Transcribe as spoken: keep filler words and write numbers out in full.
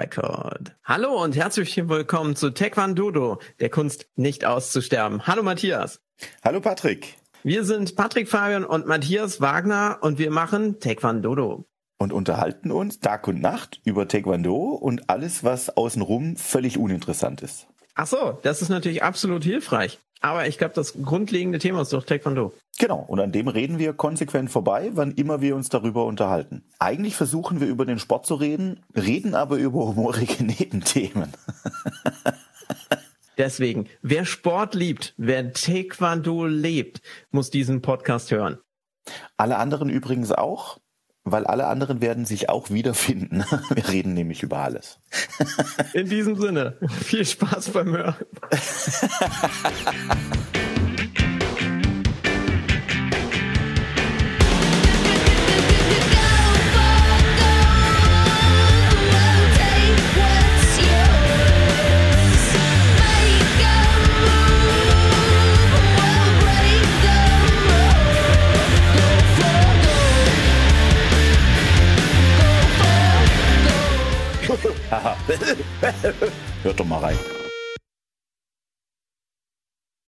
record. Hallo und herzlich willkommen zu Taekwondo, der Kunst nicht auszusterben. Hallo Matthias. Hallo Patrick. Wir sind Patrick Fabian und Matthias Wagner und wir machen Taekwondo. Und unterhalten uns Tag und Nacht über Taekwondo und alles, was außenrum völlig uninteressant ist. Ach so, das ist natürlich absolut hilfreich. Aber ich glaube, das grundlegende Thema ist doch Taekwondo. Genau, und an dem reden wir konsequent vorbei, wann immer wir uns darüber unterhalten. Eigentlich versuchen wir über den Sport zu reden, reden aber über humorige Nebenthemen. Deswegen, wer Sport liebt, wer Taekwondo lebt, muss diesen Podcast hören. Alle anderen übrigens auch, weil alle anderen werden sich auch wiederfinden. Wir reden nämlich über alles. In diesem Sinne, viel Spaß beim Hören. Hört doch mal rein.